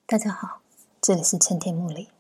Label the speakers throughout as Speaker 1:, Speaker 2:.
Speaker 1: 大家好，这里是陈天木里。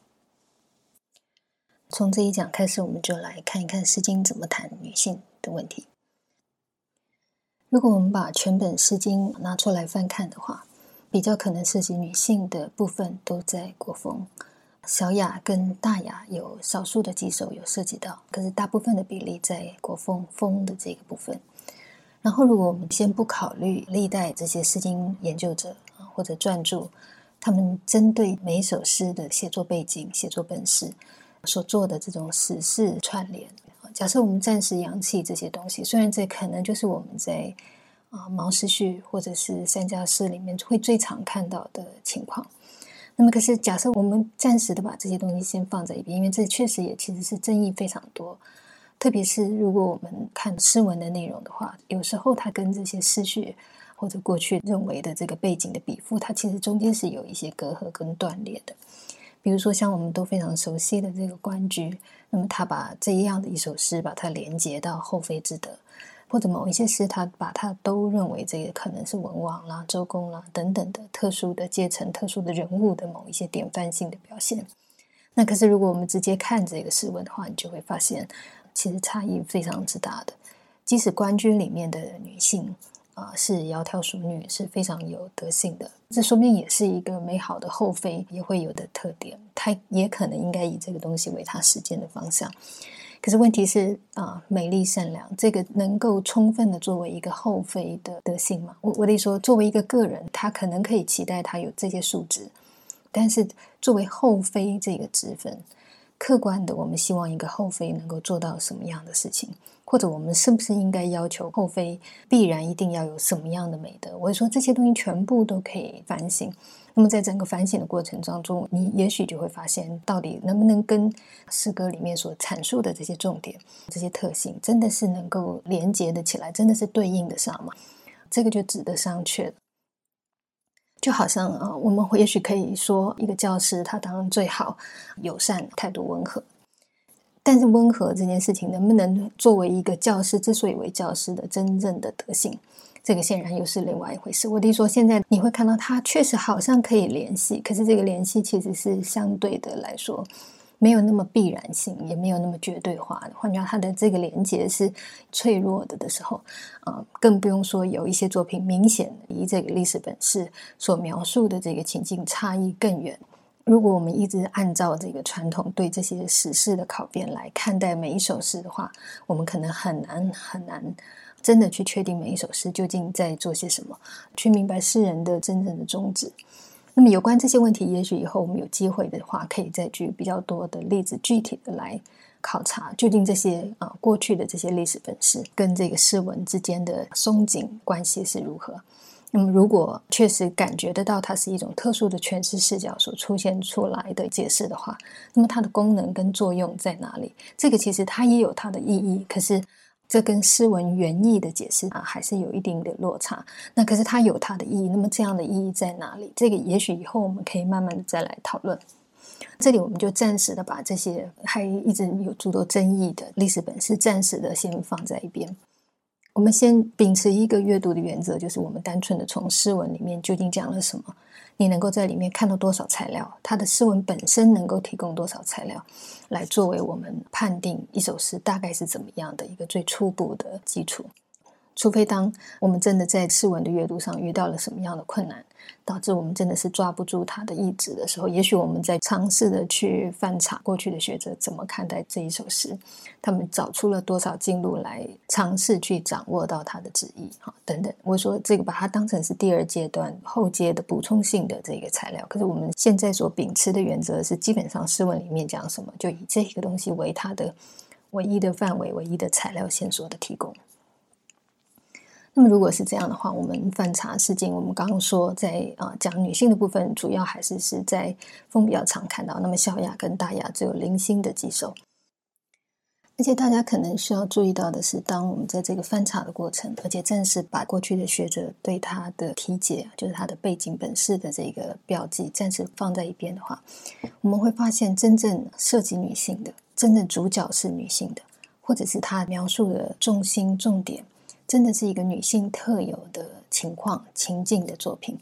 Speaker 1: 从这一讲开始，我们就来看一看《诗经》怎么谈女性的问题。如果我们把全本《诗经》拿出来翻看的话，比较可能涉及女性的部分都在国风，小雅跟大雅有少数的几首有涉及到，可是大部分的比例在国风风的这个部分。然后如果我们先不考虑历代这些诗经研究者或者撰著他们针对每一首诗的写作背景、写作本事所做的这种史事串联，假设我们暂时扬弃这些东西，虽然这可能就是我们在毛诗序或者是三家诗里面会最常看到的情况，那么可是假设我们暂时的把这些东西先放在一边，因为这确实也其实是争议非常多，特别是如果我们看诗文的内容的话，有时候它跟这些诗序或者过去认为的这个背景的笔赋，它其实中间是有一些隔阂跟断裂的。比如说像我们都非常熟悉的这个关雎，那么他把这样的一首诗把它连接到后妃之德，或者某一些诗他把它都认为这个可能是文王啦、周公啦等等的特殊的阶层、特殊的人物的某一些典范性的表现。那可是如果我们直接看这个诗文的话，你就会发现其实差异非常之大的。即使关雎里面的女性是窈窕淑女，是非常有德性的，这说不定也是一个美好的后妃也会有的特点，她也可能应该以这个东西为她实践的方向。可是问题是美丽善良这个能够充分的作为一个后妃的德性吗？我得说作为一个个人，她可能可以期待她有这些素质，但是作为后妃这个职分，客观的我们希望一个后妃能够做到什么样的事情，或者我们是不是应该要求后妃必然一定要有什么样的美德，我说这些东西全部都可以反省。那么在整个反省的过程当中，你也许就会发现到底能不能跟诗歌里面所阐述的这些重点、这些特性真的是能够连接的起来，真的是对应得上吗？这个就指得上去了。就好像我们也许可以说一个教师他当然最好友善、态度温和，但是温和这件事情能不能作为一个教师之所以为教师的真正的德性，这个显然又是另外一回事。我的说现在你会看到他确实好像可以联系，可是这个联系其实是相对的来说没有那么必然性，也没有那么绝对化的。换句话，它的这个连结是脆弱的时候，更不用说有一些作品明显离这个历史本事所描述的这个情境差异更远。如果我们一直按照这个传统对这些史事的考辨来看待每一首诗的话，我们可能很难真的去确定每一首诗究竟在做些什么，去明白诗人的真正的宗旨。那么有关这些问题，也许以后我们有机会的话，可以再举比较多的例子，具体的来考察究竟这些过去的这些历史本事跟这个诗文之间的松紧关系是如何。那么如果确实感觉得到它是一种特殊的诠释视角所出现出来的解释的话，那么它的功能跟作用在哪里？这个其实它也有它的意义，可是这跟诗文原意的解释还是有一定的落差。那可是它有它的意义，那么这样的意义在哪里？这个也许以后我们可以慢慢的再来讨论。这里我们就暂时的把这些还一直有诸多争议的历史本事暂时的先放在一边。我们先秉持一个阅读的原则，就是我们单纯的从诗文里面究竟讲了什么，你能够在里面看到多少材料，它的诗文本身能够提供多少材料，来作为我们判定一首诗大概是怎么样的一个最初步的基础。除非当我们真的在诗文的阅读上遇到了什么样的困难，导致我们真的是抓不住它的意旨的时候，也许我们在尝试的去翻查过去的学者怎么看待这一首诗，他们找出了多少经路来尝试去掌握到它的旨意等等。我说这个把它当成是第二阶段后阶的补充性的这个材料，可是我们现在所秉持的原则是基本上诗文里面讲什么，就以这个东西为它的唯一的范围、唯一的材料线索的提供。那么如果是这样的话，我们翻查诗经，我们刚刚说在讲女性的部分，主要还是在风比较常看到，那么小雅跟大雅只有零星的几首。而且大家可能需要注意到的是，当我们在这个翻查的过程，而且正是把过去的学者对他的题解，就是他的背景本事的这个标记暂时放在一边的话，我们会发现真正涉及女性的，真正主角是女性的，或者是他描述的重心重点真的是一个女性特有的情况情境的作品，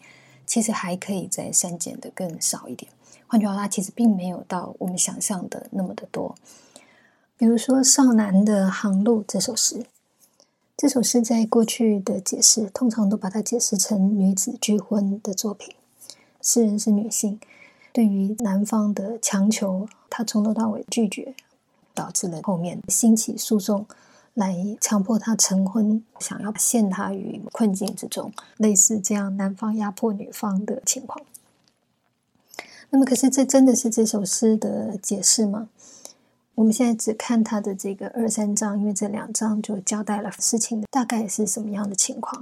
Speaker 1: 其实还可以再删减的更少一点。换句话说，它其实并没有到我们想象的那么的多。比如说少南的航路这首诗，这首诗在过去的解释通常都把它解释成女子拒婚的作品，诗人是女性，对于男方的强求，她从头到尾拒绝，导致了后面兴起诉讼来强迫他成婚，想要陷他于困境之中，类似这样男方压迫女方的情况。那么可是这真的是这首诗的解释吗？我们现在只看他的这个2、3章，因为这2章就交代了事情大概是什么样的情况。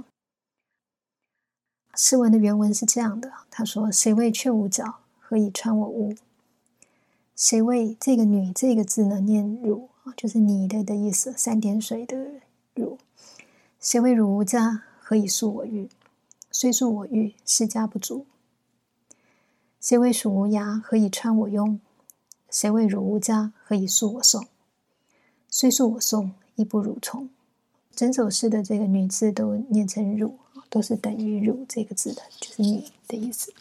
Speaker 1: 诗文的原文是这样的，他说：谁谓却无脚，何以穿我屋？谁谓这个女这个字呢念汝，就是你的意思，3点水的汝。谁谓汝无家，何以诉我欲？虽诉我欲，世家不足。谁谓鼠无牙，何以穿我庸？谁谓汝无家，何以诉我讼？虽诉我讼，亦不汝从。整首诗的这个女字都念成汝，都是等于汝这个字的，就是你的意思。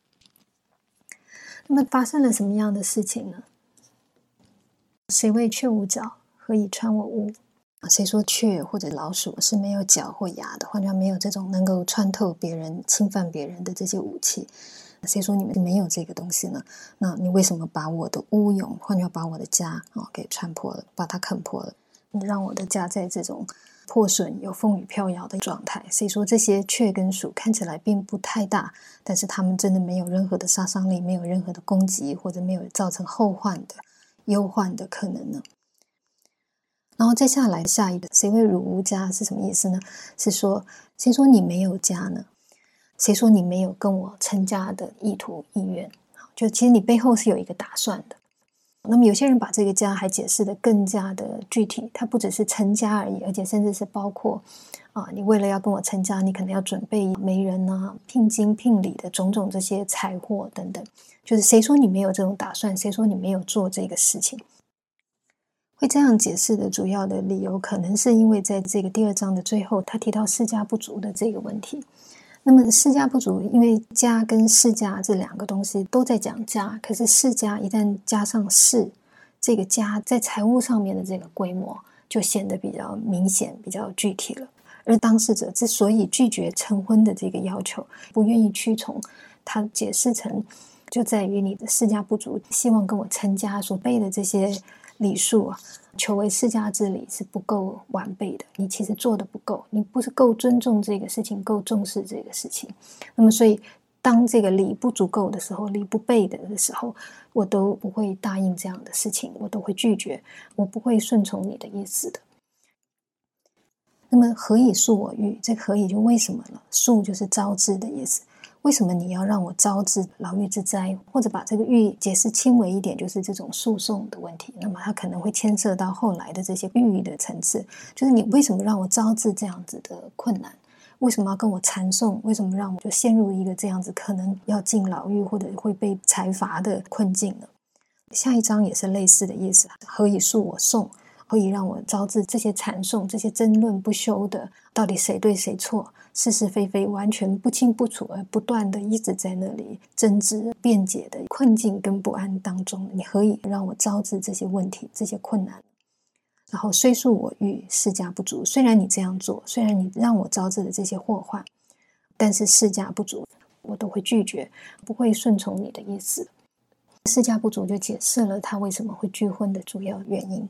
Speaker 1: 那么发生了什么样的事情呢？谁谓雀无脚，何以穿我屋？谁说雀或者老鼠是没有脚或牙的，换句话没有这种能够穿透别人、侵犯别人的这些武器？谁说你们没有这个东西呢？那你为什么把我的屋牖，换句话把我的家给穿破了，把它啃破了，你让我的家在这种破损有风雨飘摇的状态？谁说这些雀跟鼠看起来并不太大，但是它们真的没有任何的杀伤力，没有任何的攻击，或者没有造成后患的忧患的可能呢？然后再下来下一个，谁谓汝无家是什么意思呢？是说谁说你没有家呢？谁说你没有跟我成家的意图意愿？就其实你背后是有一个打算的。那么有些人把这个家还解释得更加的具体，它不只是成家而已，而且甚至是包括你为了要跟我成家，你可能要准备媒人啊、聘金聘礼的种种这些财货等等。就是谁说你没有这种打算？谁说你没有做这个事情？会这样解释的主要的理由，可能是因为在这个第2章的最后，他提到世家不足的这个问题。那么世家不足，因为家跟世家这2个东西都在讲家，可是世家一旦加上世，这个家在财务上面的这个规模就显得比较明显、比较具体了。而当事者之所以拒绝成婚的这个要求，不愿意屈从，他解释成就在于你的世家不足，希望跟我成家所备的这些礼数求为世家之礼是不够完备的，你其实做的不够，你不是够尊重这个事情，够重视这个事情。那么所以当这个礼不足够的时候，礼不备的时候，我都不会答应这样的事情，我都会拒绝，我不会顺从你的意思的。那么何以诉我欲？这何以就为什么了？诉就是招致的意思。为什么你要让我招致牢狱之灾？或者把这个狱解释轻微一点，就是这种诉讼的问题。那么它可能会牵涉到后来的这些狱的层次，就是你为什么让我招致这样子的困难？为什么要跟我缠讼？为什么让我就陷入一个这样子可能要进牢狱或者会被裁罚的困境呢？下一章也是类似的意思，何以诉我讼？何以让我招致这些缠讼、这些争论不休的，到底谁对谁错？是是非非完全不清不楚，而不断的一直在那里争执辩解的困境跟不安当中，你何以让我招致这些问题、这些困难？然后虽诉我欲，世家不足。虽然你这样做，虽然你让我招致了这些祸患，但是世家不足，我都会拒绝，不会顺从你的意思。世家不足就解释了他为什么会拒婚的主要原因。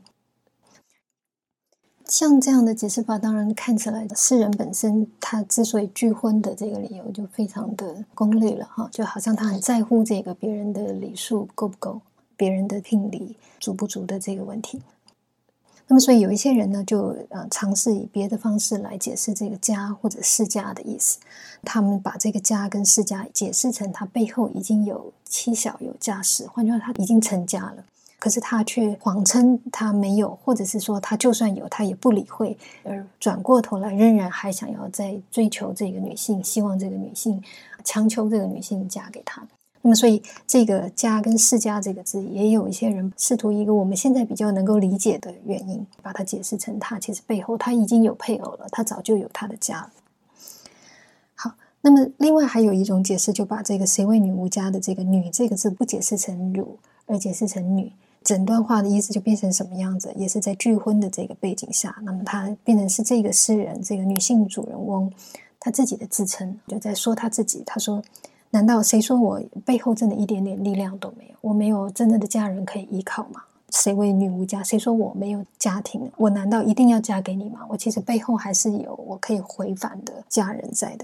Speaker 1: 像这样的解释法，当然看起来诗人本身他之所以拒婚的这个理由就非常的功利了就好像他很在乎这个别人的礼数够不够，别人的聘礼足不足的这个问题。那么所以有一些人呢，就尝试以别的方式来解释这个家或者世家的意思。他们把这个家跟世家解释成他背后已经有妻小有家室，换句话他已经成家了，可是他却谎称他没有，或者是说他就算有他也不理会，而转过头来仍然还想要再追求这个女性，希望这个女性强求这个女性嫁给他。那么所以这个家跟世家这个字，也有一些人试图一个我们现在比较能够理解的原因，把它解释成他其实背后他已经有配偶了，他早就有他的家了。好， 那么另外还有一种解释，就把这个谁为女无家的这个女这个字不解释成汝，而解释成女，整段话的意思就变成什么样子，也是在拒婚的这个背景下，那么它变成是这个诗人这个女性主人翁她自己的自称，就在说她自己，她说难道谁说我背后真的一点点力量都没有，我没有真正的家人可以依靠吗？谁为女无家，谁说我没有家庭，我难道一定要嫁给你吗？我其实背后还是有我可以回返的家人在的。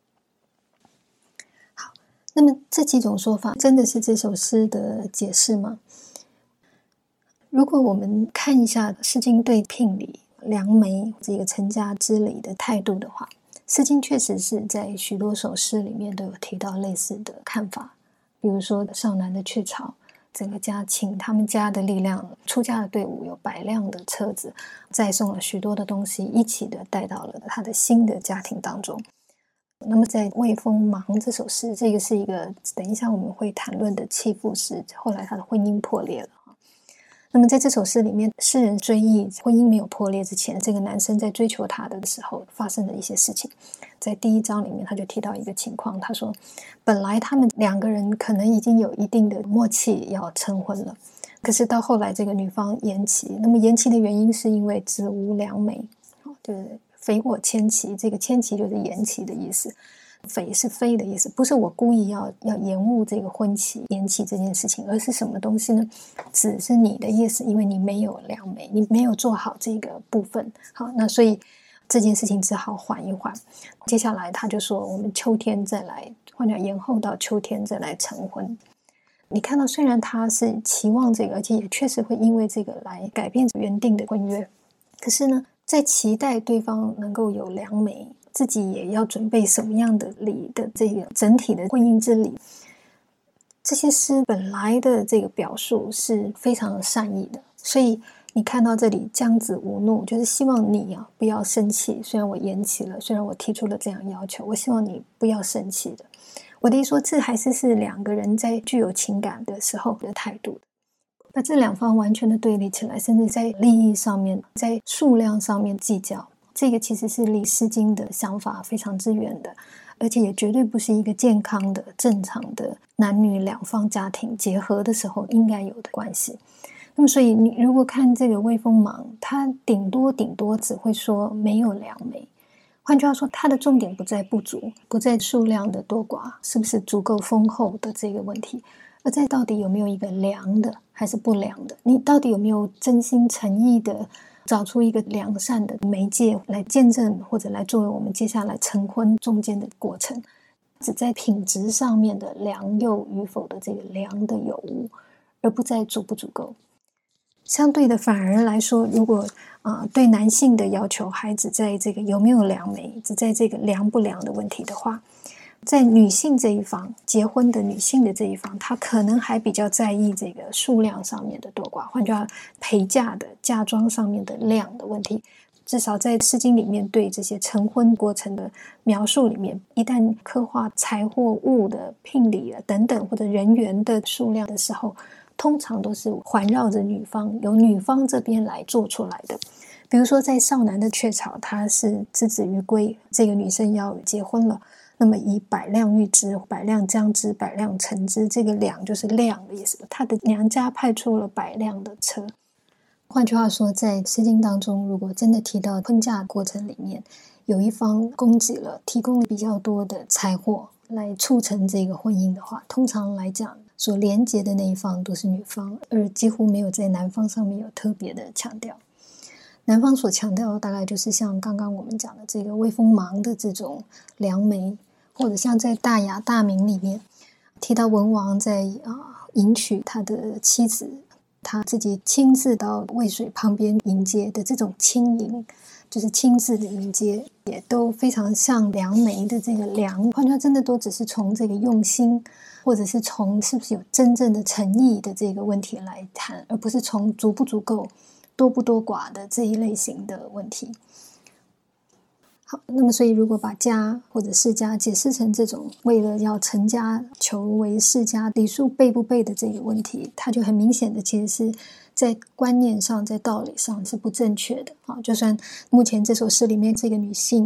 Speaker 1: 好，那么这几种说法真的是这首诗的解释吗？如果我们看一下诗经对聘礼、良媒这个成家之礼的态度的话，诗经确实是在许多首诗里面都有提到类似的看法。比如说少南的雀巢，整个家请他们家的力量，出家的队伍有100辆的车子，再送了许多的东西，一起的带到了他的新的家庭当中。那么在《卫风芒》这首诗，这个是一个等一下我们会谈论的弃妇诗，后来他的婚姻破裂了。那么在这首诗里面，诗人追忆婚姻没有破裂之前，这个男生在追求她的时候发生的一些事情。在第1章里面他就提到一个情况，他说本来他们2个人可能已经有一定的默契要成婚了，可是到后来这个女方延期，那么延期的原因是因为子无良媒，就是非我迁期，这个迁期就是延期的意思，非是非的意思，不是我故意要延误这个婚期延期这件事情，而是什么东西呢？子是你的意思，因为你没有良媒，你没有做好这个部分。好，那所以这件事情只好缓一缓。接下来他就说我们秋天再来，或者延后到秋天再来成婚。你看到虽然他是期望这个，而且也确实会因为这个来改变原定的婚约，可是呢在期待对方能够有良媒，自己也要准备什么样的礼的这个整体的婚姻之礼，这些诗本来的这个表述是非常的善意的，所以你看到这里将子无怒，就是希望你不要生气，虽然我延期了，虽然我提出了这样要求，我希望你不要生气的。我的意思说，这还是2个人在具有情感的时候的态度。那这2方完全的对立起来，甚至在利益上面，在数量上面计较，这个其实是离诗经的想法非常之远的，而且也绝对不是一个健康的正常的男女2方家庭结合的时候应该有的关系。那么所以你如果看这个卫风芒，他顶多只会说没有良媒，换句话说，他的重点不在不足，不在数量的多寡，是不是足够丰厚的这个问题，而在到底有没有一个良的还是不良的，你到底有没有真心诚意的找出一个良善的媒介来见证，或者来作为我们接下来成婚中间的过程，只在品质上面的良莠与否的这个良的有无，而不在足不足够。相对的反而来说，如果对男性的要求还只在这个有没有良媒，只在这个良不良的问题的话，在女性这一方，结婚的女性的这一方，她可能还比较在意这个数量上面的多寡，换句话陪嫁的嫁妆上面的量的问题。至少在诗经里面对这些成婚过程的描述里面，一旦刻画财或物的聘礼等等，或者人员的数量的时候，通常都是环绕着女方，由女方这边来做出来的。比如说在少南的雀巢，她是之子于归，这个女生要结婚了，那么以100辆玉之、100辆浆之、100辆橙之，这个两就是量的意思，她的娘家派出了100辆的车。换句话说，在诗经当中，如果真的提到婚嫁过程里面有一方供给了提供了比较多的财货来促成这个婚姻的话，通常来讲所连结的那一方都是女方，而几乎没有在男方上面有特别的强调。男方所强调的大概就是像刚刚我们讲的这个卫风芒的这种良媒，或者像在大雅大明里面提到文王在迎娶他的妻子，他自己亲自到渭水旁边迎接的这种亲迎，就是亲自的迎接，也都非常像良媒的这个良，换句话真的都只是从这个用心，或者是从是不是有真正的诚意的这个问题来谈，而不是从足不足够、多不多寡的这一类型的问题。好，那么所以如果把家或者世家解释成这种为了要成家求为世家礼数备不备的这个问题，它就很明显的其实是在观念上在道理上是不正确的。就算目前这首诗里面这个女性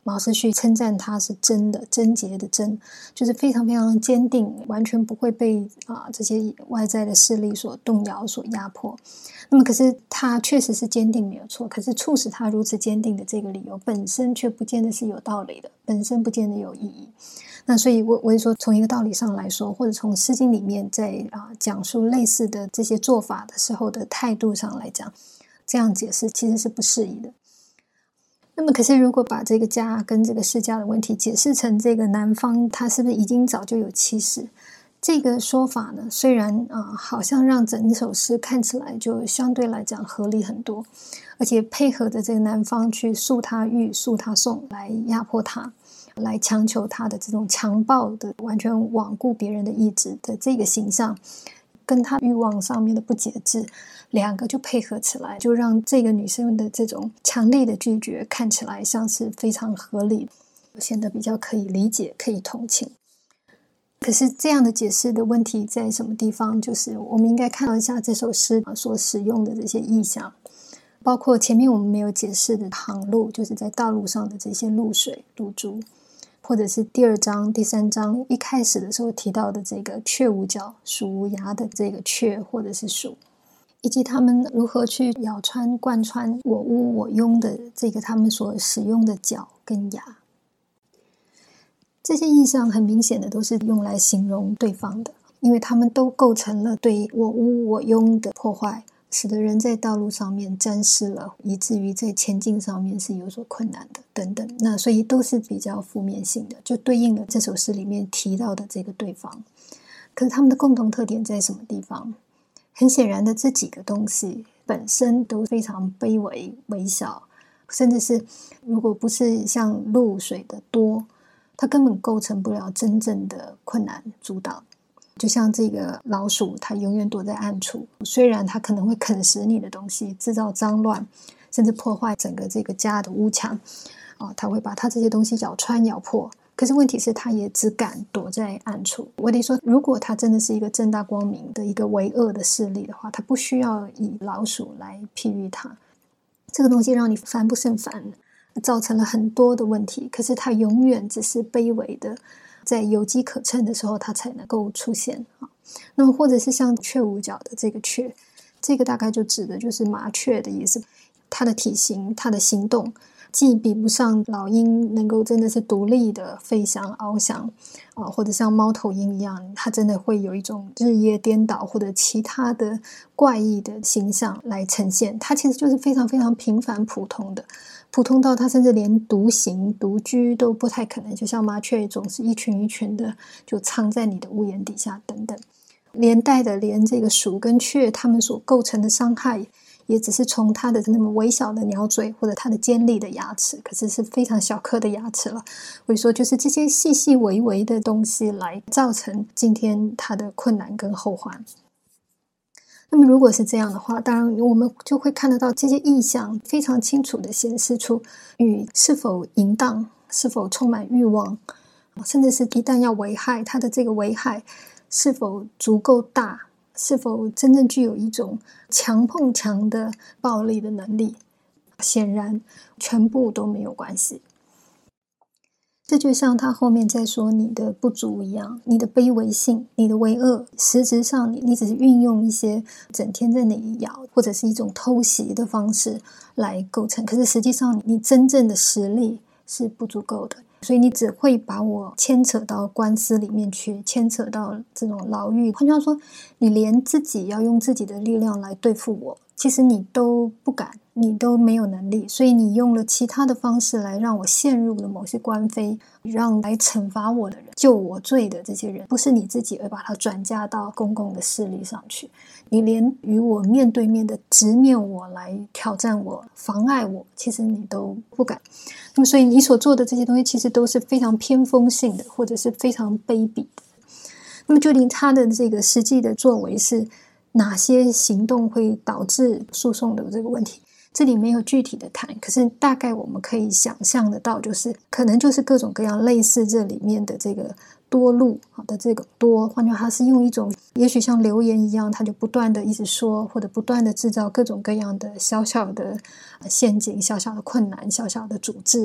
Speaker 1: 毛思绪称赞他是贞的，贞洁的贞，就是非常非常坚定，完全不会被这些外在的势力所动摇、所压迫。那么可是他确实是坚定没有错，可是促使他如此坚定的这个理由本身却不见得是有道理的，本身不见得有意义。那所以我也说，从一个道理上来说，或者从诗经里面在讲述类似的这些做法的时候的态度上来讲，这样解释其实是不适宜的。那么可是如果把这个家跟这个世家的问题解释成这个男方他是不是已经早就有妻室，这个说法呢，虽然好像让整首诗看起来就相对来讲合理很多，而且配合着这个男方去诉他欲、诉他讼，来压迫他，来强求他的这种强暴的完全罔顾别人的意志的这个形象，跟他欲望上面的不节制，两个就配合起来，就让这个女生的这种强烈的拒绝看起来像是非常合理，显得比较可以理解、可以同情。可是这样的解释的问题在什么地方？就是我们应该看到一下这首诗所使用的这些意象，包括前面我们没有解释的航路，就是在道路上的这些露水、露珠，或者是第2章、第3章一开始的时候提到的这个雀无角、鼠无牙的这个雀或者是鼠，以及他们如何去咬穿、贯穿我屋我拥的这个他们所使用的角跟牙。这些意象很明显的都是用来形容对方的，因为他们都构成了对我屋我拥的破坏，使得人在道路上面沾湿了，以至于在前进上面是有所困难的等等。那所以都是比较负面性的，就对应了这首诗里面提到的这个对方。可是他们的共同特点在什么地方？很显然的，这几个东西本身都非常卑微微小，甚至是如果不是像露水的多，它根本构成不了真正的困难阻挡。就像这个老鼠，它永远躲在暗处，虽然它可能会啃食你的东西，制造脏乱，甚至破坏整个这个家的屋墙它会把它这些东西咬穿咬破，可是问题是它也只敢躲在暗处。我得说，如果它真的是一个正大光明的一个为恶的势力的话，它不需要以老鼠来譬喻它。这个东西让你烦不胜烦，造成了很多的问题，可是它永远只是卑微的，在有机可乘的时候它才能够出现。那么或者是像雀无角的这个雀，这个大概就指的就是麻雀的意思，它的体型、它的行动既比不上老鹰能够真的是独立的飞翔翱翔或者像猫头鹰一样，它真的会有一种日夜颠倒或者其他的怪异的形象来呈现。它其实就是非常非常平凡普通的，普通到它甚至连独行独居都不太可能，就像麻雀总是一群一群的就藏在你的屋檐底下等等。连带的连这个鼠跟雀它们所构成的伤害也只是从它的那么微小的鸟嘴或者它的尖利的牙齿，可是是非常小颗的牙齿了。所以说就是这些细细微微的东西来造成今天它的困难跟后患。那么如果是这样的话，当然我们就会看得到这些意象非常清楚地显示出与是否淫荡、是否充满欲望，甚至是一旦要危害，它的这个危害是否足够大，是否真正具有一种强碰强的暴力的能力，显然全部都没有关系。这就像他后面在说你的不足一样，你的卑微性，你的为恶，实质上你只是运用一些整天在那里咬，或者是一种偷袭的方式来构成，可是实际上你真正的实力是不足够的，所以你只会把我牵扯到官司里面去，牵扯到这种牢狱。换句话说，你连自己要用自己的力量来对付我，其实你都不敢，你都没有能力，所以你用了其他的方式来让我陷入了某些官非，让来惩罚我的人、救我罪的这些人，不是你自己而把它转嫁到公共的势力上去，你连与我面对面的直面我来挑战我、妨碍我，其实你都不敢。那么所以你所做的这些东西其实都是非常偏锋性的，或者是非常卑鄙的。那么究竟他的这个实际的作为是哪些行动会导致诉讼的这个问题，这里没有具体的谈，可是大概我们可以想象得到，就是可能就是各种各样类似这里面的这个多路的这个多，换句话，它是用一种也许像流言一样，它就不断的一直说，或者不断的制造各种各样的小小的陷阱、小小的困难、小小的阻滞，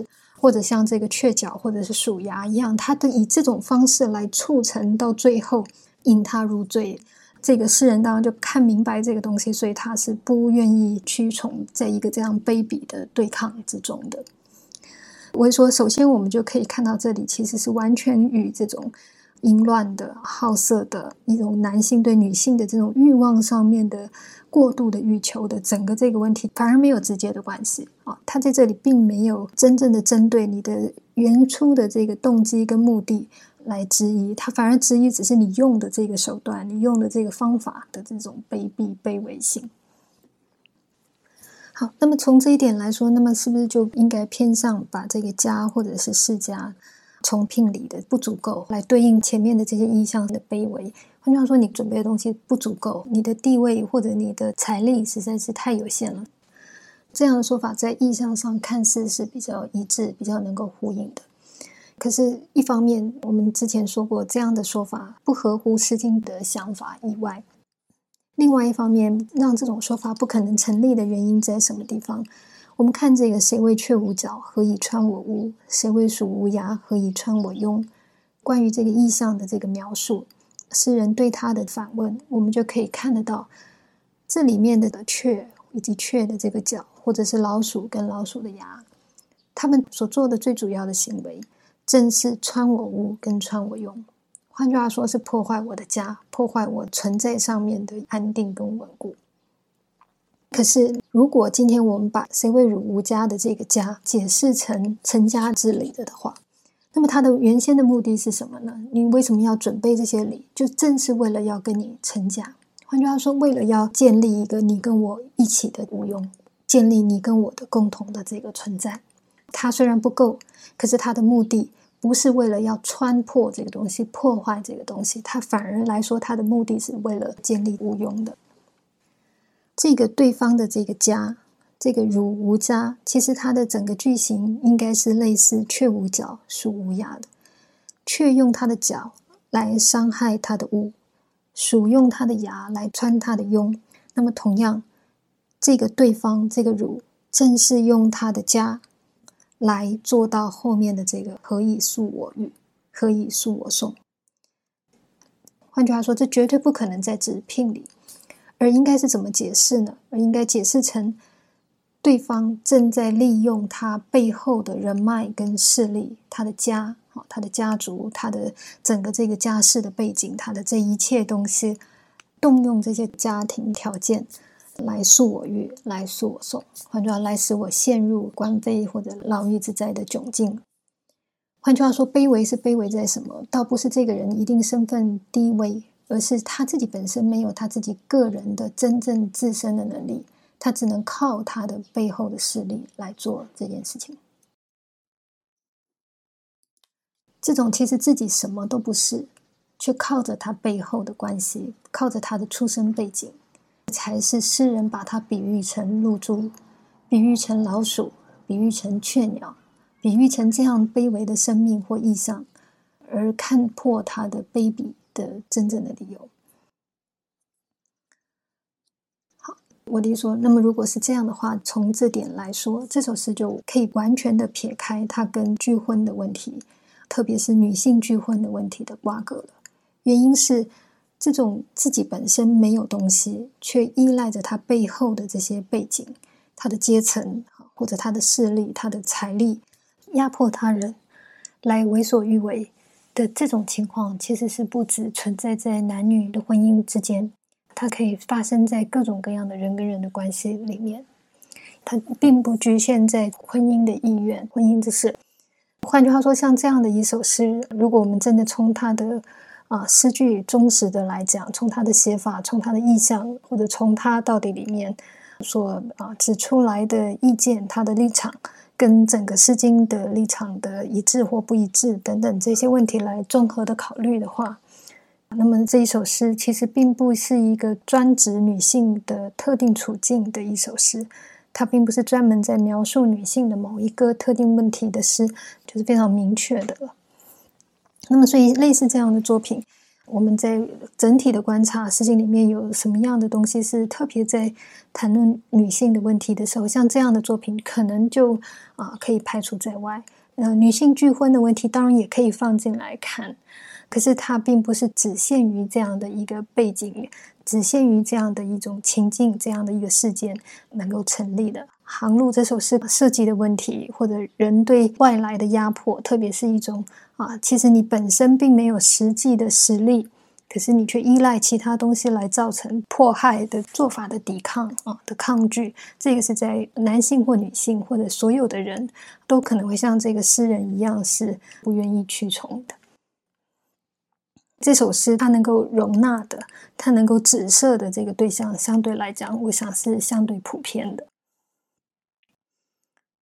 Speaker 2: 或者像这个雀角或者是鼠牙一样，他都以这种方式来促成到最后引他入罪。这个诗人当然就看明白这个东西，所以他是不愿意屈从在一个这样卑鄙的对抗之中的。我会说，首先我们就可以看到这里其实是完全与这种淫乱的、好色的一种男性对女性的这种欲望上面的过度的欲求的整个这个问题反而没有直接的关系啊。他在这里并没有真正的针对你的原初的这个动机跟目的来质疑，他反而质疑只是你用的这个手段，你用的这个方法的这种卑鄙卑微性。好，那么从这一点来说，那么是不是就应该偏向把这个家或者是世家从聘礼的不足够来对应前面的这些意象的卑微？换句话说，你准备的东西不足够，你的地位或者你的财力实在是太有限了。这样的说法在意象上看似是比较一致，比较能够呼应的。可是一方面，我们之前说过，这样的说法不合乎诗经的想法以外，另外一方面，让这种说法不可能成立的原因在什么地方？我们看这个谁为雀无角，何以穿我屋？谁为鼠无牙，何以穿我庸？关于这个意象的这个描述，诗人对他的反问，我们就可以看得到这里面的雀以及雀的这个角，或者是老鼠跟老鼠的牙，他们所做的最主要的行为正是穿我屋跟穿我庸。换句话说，是破坏我的家，破坏我存在上面的安定跟稳固。可是如果今天我们把谁为汝无家的这个家解释成成家之礼的话，那么它的原先的目的是什么呢？你为什么要准备这些礼？就正是为了要跟你成家。换句话说，为了要建立一个你跟我一起的无庸，建立你跟我的共同的这个存在。它虽然不够，可是它的目的不是为了要穿破这个东西，破坏这个东西，它反而来说，它的目的是为了建立无庸的。这个对方的这个家，这个汝无家，其实它的整个句型应该是类似雀无角，鼠无牙的。雀用它的角来伤害它的屋，鼠用它的牙来穿它的庸。那么同样，这个对方这个汝，正是用它的家来做到后面的这个何以诉我欲，何以诉我讼。换句话说，这绝对不可能再指聘礼，而应该是怎么解释呢？而应该解释成对方正在利用他背后的人脉跟势力，他的家，他的家族，他的整个这个家世的背景，他的这一切东西，动用这些家庭条件来诉我欲，来诉我讼。换句话说，来使我陷入官非或者牢狱之灾的窘境。换句话说，卑微是卑微在什么？倒不是这个人一定身份低微，而是他自己本身没有他自己个人的真正自身的能力，他只能靠他的背后的势力来做这件事情。这种其实自己什么都不是，却靠着他背后的关系，靠着他的出身背景，才是诗人把他比喻成露珠，比喻成老鼠，比喻成雀鸟，比喻成这样卑微的生命或意象，而看破他的卑鄙的真正的理由。好，我的意思说，那么如果是这样的话，从这点来说，这首诗就可以完全的撇开它跟拒婚的问题，特别是女性拒婚的问题的瓜葛了。原因是这种自己本身没有东西，却依赖着他背后的这些背景，他的阶层或者他的势力，他的财力，压迫他人来为所欲为的这种情况，其实是不只存在在男女的婚姻之间，它可以发生在各种各样的人跟人的关系里面，它并不局限在婚姻的意愿、婚姻之事。换句话说，像这样的一首诗，如果我们真的从它的诗句忠实的来讲，从它的写法，从它的意象，或者从它到底里面所指出来的意见，它的立场跟整个诗经的立场的一致或不一致等等这些问题来综合的考虑的话，那么这一首诗其实并不是一个专指女性的特定处境的一首诗，它并不是专门在描述女性的某一个特定问题的诗，就是非常明确的了。那么所以类似这样的作品，我们在整体的观察诗经里面有什么样的东西是特别在谈论女性的问题的时候，像这样的作品可能就可以排除在外。 女性拒婚的问题当然也可以放进来看，可是它并不是只限于这样的一个背景，只限于这样的一种情境，这样的一个事件能够成立的。航路这首诗涉及的问题，或者人对外来的压迫，特别是一种其实你本身并没有实际的实力，可是你却依赖其他东西来造成迫害的做法的抵抗的抗拒，这个是在男性或女性或者所有的人都可能会像这个诗人一样是不愿意屈从的。这首诗它能够容纳的，它能够指涉的这个对象相对来讲我想是相对普遍的。